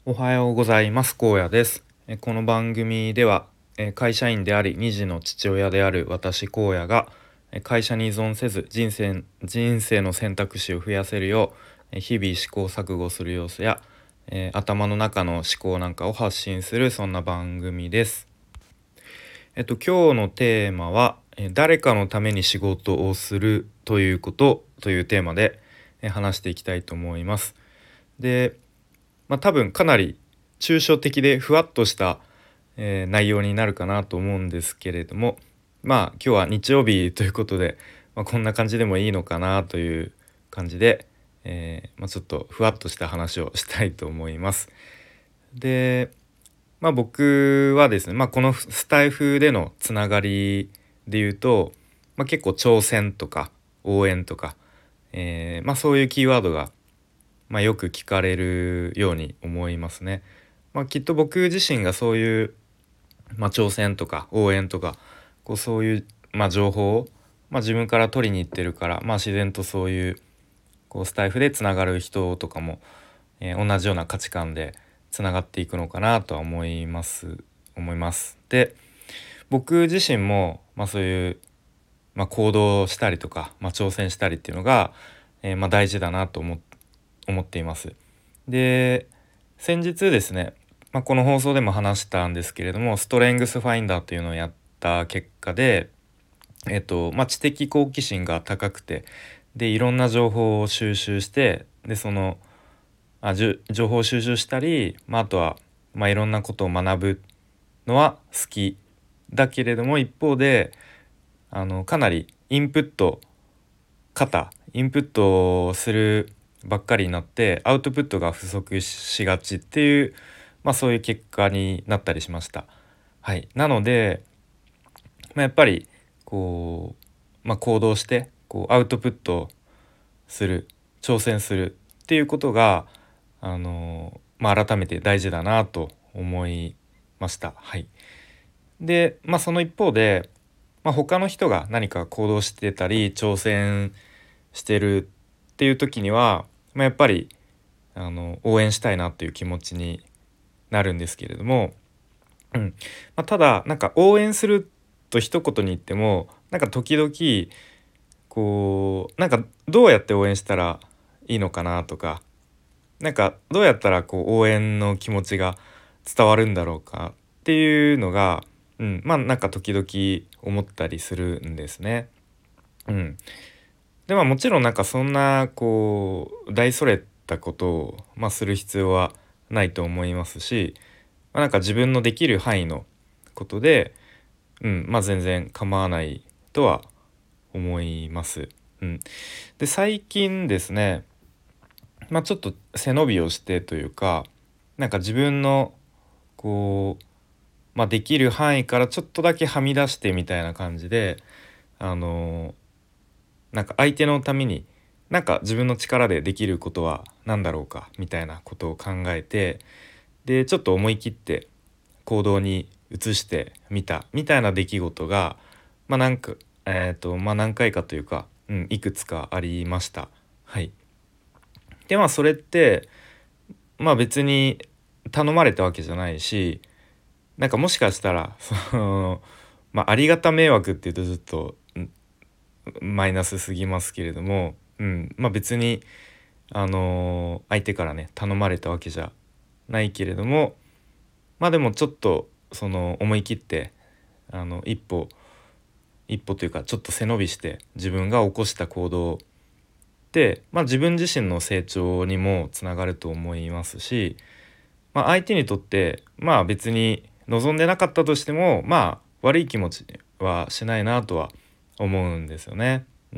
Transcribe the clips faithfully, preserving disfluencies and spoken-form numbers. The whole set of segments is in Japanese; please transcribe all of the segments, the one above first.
おはようございます。荒野です。えこの番組ではえ会社員でありに児の父親である私荒野がえ会社に依存せず人生人生の選択肢を増やせるようえ日々試行錯誤する様子やえ頭の中の思考なんかを発信するそんな番組です。えっと今日のテーマはえ誰かのために仕事をするということというテーマでえ話していきたいと思います。でまあ、多分かなり抽象的でふわっとした、えー内容になるかなと思うんですけれども、まあ今日は日曜日ということで、まあ、こんな感じでもいいのかなという感じで、えーまあ、ちょっとふわっとした話をしたいと思います。で、まあ、僕はですね、まあ、このスタイフでのつながりで言うと、まあ、結構挑戦とか応援とか、えーまあ、そういうキーワードがまあ、よく聞かれるように思いますね。まあ、きっと僕自身がそういう、まあ、挑戦とか応援とかこうそういう、まあ、情報を、まあ、自分から取りに行ってるから、まあ、自然とそういう、こうスタイフでつながる人とかも、えー同じような価値観でつながっていくのかなとは思います思います。で僕自身も、まあ、そういう、まあ、行動したりとか、まあ、挑戦したりっていうのが、えーまあ、大事だなと思って思っています。で先日ですね、まあ、この放送でも話したんですけれどもストレングスファインダーというのをやった結果で、えっとまあ、知的好奇心が高くてでいろんな情報を収集してでそのあじゅ情報を収集したり、まあ、あとは、まあ、いろんなことを学ぶのは好きだけれども一方であのかなりインプット型インプットをするばっかりになってアウトプットが不足しがちっていう、まあ、そういう結果になったりしました。はい、なので、まあ、やっぱりこう、まあ、行動してこうアウトプットする挑戦するっていうことがあの、まあ、改めて大事だなと思いました。はい、で、まあ、その一方で、まあ、他の人が何か行動してたり挑戦してるっていう時には、まあ、やっぱりあの応援したいなっていう気持ちになるんですけれども、うんまあ、ただなんか応援すると一言に言ってもなんか時々こうなんかどうやって応援したらいいのかなとかなんかどうやったらこう応援の気持ちが伝わるんだろうかっていうのが、うん、まあなんか時々思ったりするんですね。うん、でまあもちろんなんかそんなこう大それたことを、まあ、する必要はないと思いますし、まあ、なんか自分のできる範囲のことで、うんまあ、全然構わないとは思います。うん、で最近ですね、まあ、ちょっと背伸びをしてというかなんか自分のこう、まあ、できる範囲からちょっとだけはみ出してみたいな感じであのなんか相手のためになんか自分の力でできることは何だろうかみたいなことを考えてでちょっと思い切って行動に移してみたみたいな出来事がまあなんかえっとまあ何回かというか、うん、いくつかありました。はい。でまあそれってまあ別に頼まれたわけじゃないしなんかもしかしたらそのまあありがた迷惑っていうとちょっとマイナスすぎますけれども、うん、まあ別にあのー相手からね頼まれたわけじゃないけれどもまあでもちょっとその思い切ってあの一歩一歩というかちょっと背伸びして自分が起こした行動で、まあ、自分自身の成長にもつながると思いますし、まあ、相手にとってまあ別に望んでなかったとしてもまあ悪い気持ちはしないなとは思うんですよね。うん、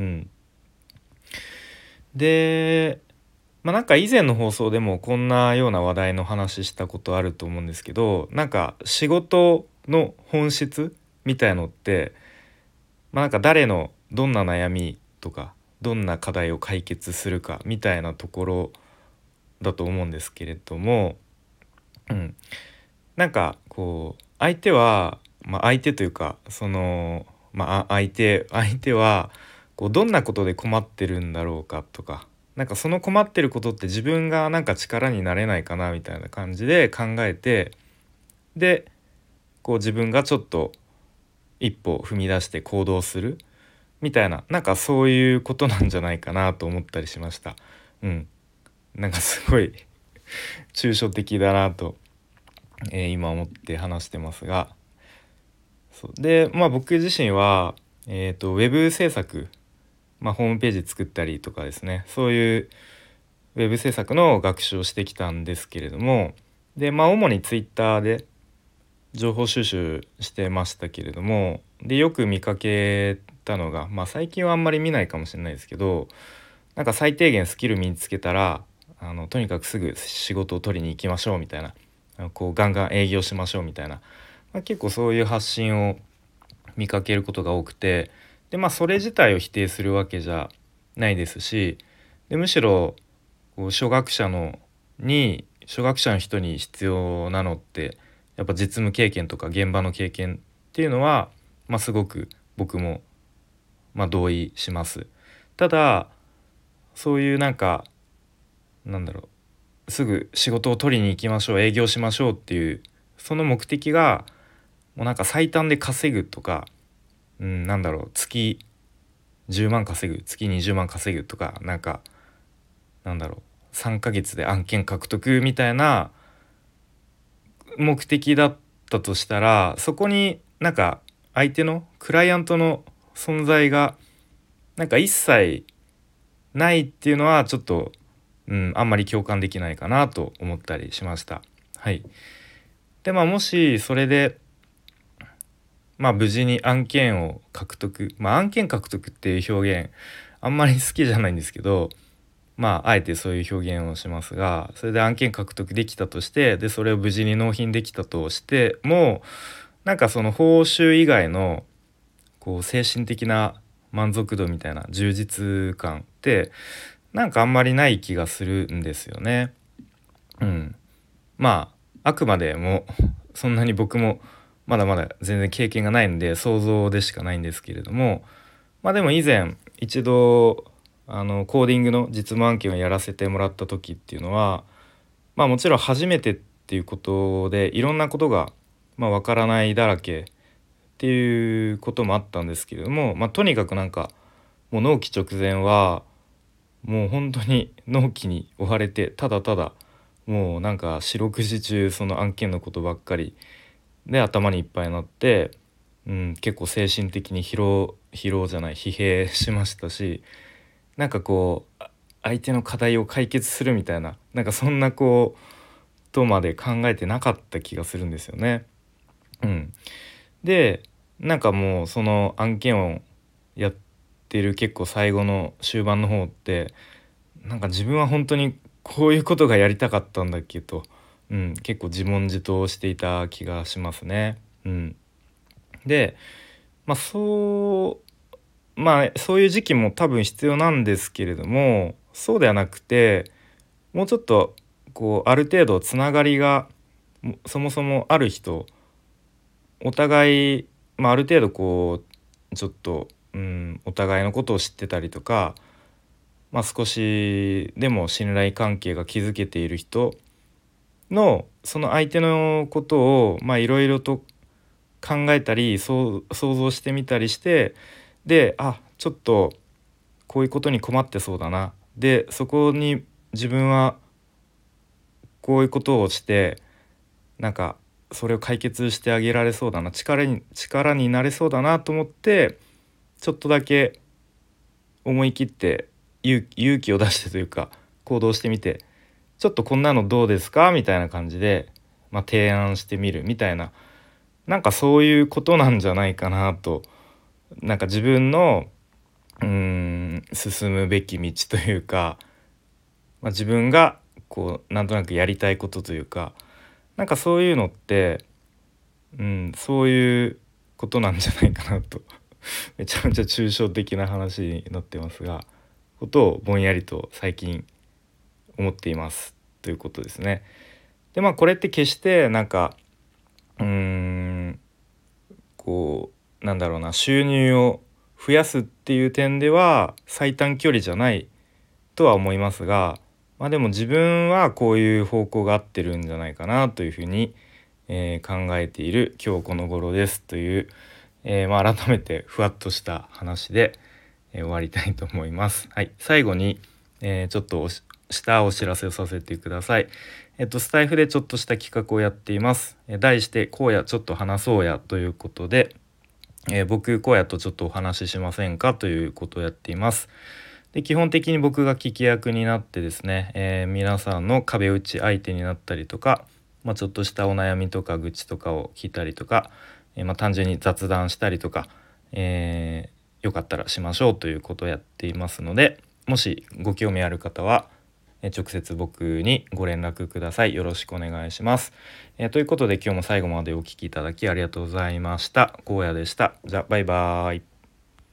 でまあなんか以前の放送でもこんなような話題の話したことあると思うんですけどなんか仕事の本質みたいのってまあなんか誰のどんな悩みとかどんな課題を解決するかみたいなところだと思うんですけれども、うん、なんかこう相手は、まあ、相手というかその、まあ、あ相手相手はこうどんなことで困ってるんだろうかとかなんかその困ってることって自分がなんか力になれないかなみたいな感じで考えて、でこう自分がちょっと一歩踏み出して行動するみたいな、なんかそういうことなんじゃないかなと思ったりしました。うん、なんかすごい抽象的だなと、えー今思って話してますが、そうで、まあ僕自身は、えーと、ウェブ制作、まあ、ホームページ作ったりとかですね、そういうウェブ制作の学習をしてきたんですけれども、でまあ主にツイッターで情報収集してましたけれども、でよく見かけたのが、まあ最近はあんまり見ないかもしれないですけど、なんか最低限スキル身につけたら、あのとにかくすぐ仕事を取りに行きましょうみたいな、あのこうガンガン営業しましょうみたいな、まあ、結構そういう発信を見かけることが多くて、でまあそれ自体を否定するわけじゃないですし、でむしろこう初学者のに初学者の人に必要なのってやっぱ実務経験とか現場の経験っていうのは、まあ、すごく僕もまあ同意します。ただそういうなんかなんだろう、すぐ仕事を取りに行きましょう営業しましょうっていうその目的がもうなんか最短で稼ぐとか、うん、なんだろう、月じゅうまん稼ぐ月にじゅうまん稼ぐとか、なんかなんだろう、さんかげつで案件獲得みたいな目的だったとしたら、そこになんか相手のクライアントの存在がなんか一切ないっていうのはちょっと、うん、あんまり共感できないかなと思ったりしました。はい。でまあもしそれでまあ無事に案件を獲得、まあ案件獲得っていう表現あんまり好きじゃないんですけど、まああえてそういう表現をしますが、それで案件獲得できたとして、でそれを無事に納品できたとしても、なんかその報酬以外のこう精神的な満足度みたいな充実感ってなんかあんまりない気がするんですよね。うん、まああくまでもそんなに僕もまだまだ全然経験がないんで想像でしかないんですけれども、まあでも以前一度あのコーディングの実務案件をやらせてもらった時っていうのは、まあもちろん初めてっていうことでいろんなことがまあわからないだらけっていうこともあったんですけれども、まあとにかくなんかもう納期直前はもう本当に納期に追われて、ただただもうなんか四六時中その案件のことばっかりで頭にいっぱいになって、うん、結構精神的に疲労疲労じゃない疲弊しましたし、なんかこうあ相手の課題を解決するみたいな、なんかそんなこうとまで考えてなかった気がするんですよね。うん、でなんかもうその案件をやってる結構最後の終盤の方って、なんか自分は本当にこういうことがやりたかったんだっけと、うん、結構自問自答していた気がしますね。うん、で、まあそうまあそういう時期も多分必要なんですけれども、そうではなくてもうちょっとこうある程度つながりがもそもそもある人、お互い、まあ、ある程度こうちょっと、うん、お互いのことを知ってたりとか、まあ、少しでも信頼関係が築けている人のその相手のことをまあいろいろと考えたりそう想像してみたりして、であちょっとこういうことに困ってそうだな、でそこに自分はこういうことをしてなんかそれを解決してあげられそうだな、力に力になれそうだなと思って、ちょっとだけ思い切って勇勇気を出してというか行動してみて、ちょっとこんなのどうですかみたいな感じで、まあ、提案してみるみたいな、なんかそういうことなんじゃないかなと、なんか自分のうーん進むべき道というか、まあ、自分がこうなんとなくやりたいことというか、なんかそういうのって、うん、そういうことなんじゃないかなとめちゃめちゃ抽象的な話になってますが、ことをぼんやりと最近思っていますということですね。でまあこれって決してなんかうーんこうなんだろうな、収入を増やすっていう点では最短距離じゃないとは思いますが、まあ、でも自分はこういう方向が合ってるんじゃないかなというふうに、えー考えている今日この頃ですという、えーまあ、改めてふわっとした話で、えー終わりたいと思います。はい、最後に、えーちょっとおししたお知らせをさせてください。えっとスタイフでちょっとした企画をやっています。えー題して「こうやちょっと話そうや」ということで、えー僕こうやとちょっとお話ししませんかということをやっています。で基本的に僕が聞き役になってですね、えー皆さんの壁打ち相手になったりとか、まあ、ちょっとしたお悩みとか愚痴とかを聞いたりとか、えーまあ、単純に雑談したりとか、えーよかったらしましょうということをやっていますので、もしご興味ある方はえー直接僕にご連絡ください。よろしくお願いします。えーということで今日も最後までお聞きいただきありがとうございました。荒野でした。じゃあバイバーイ。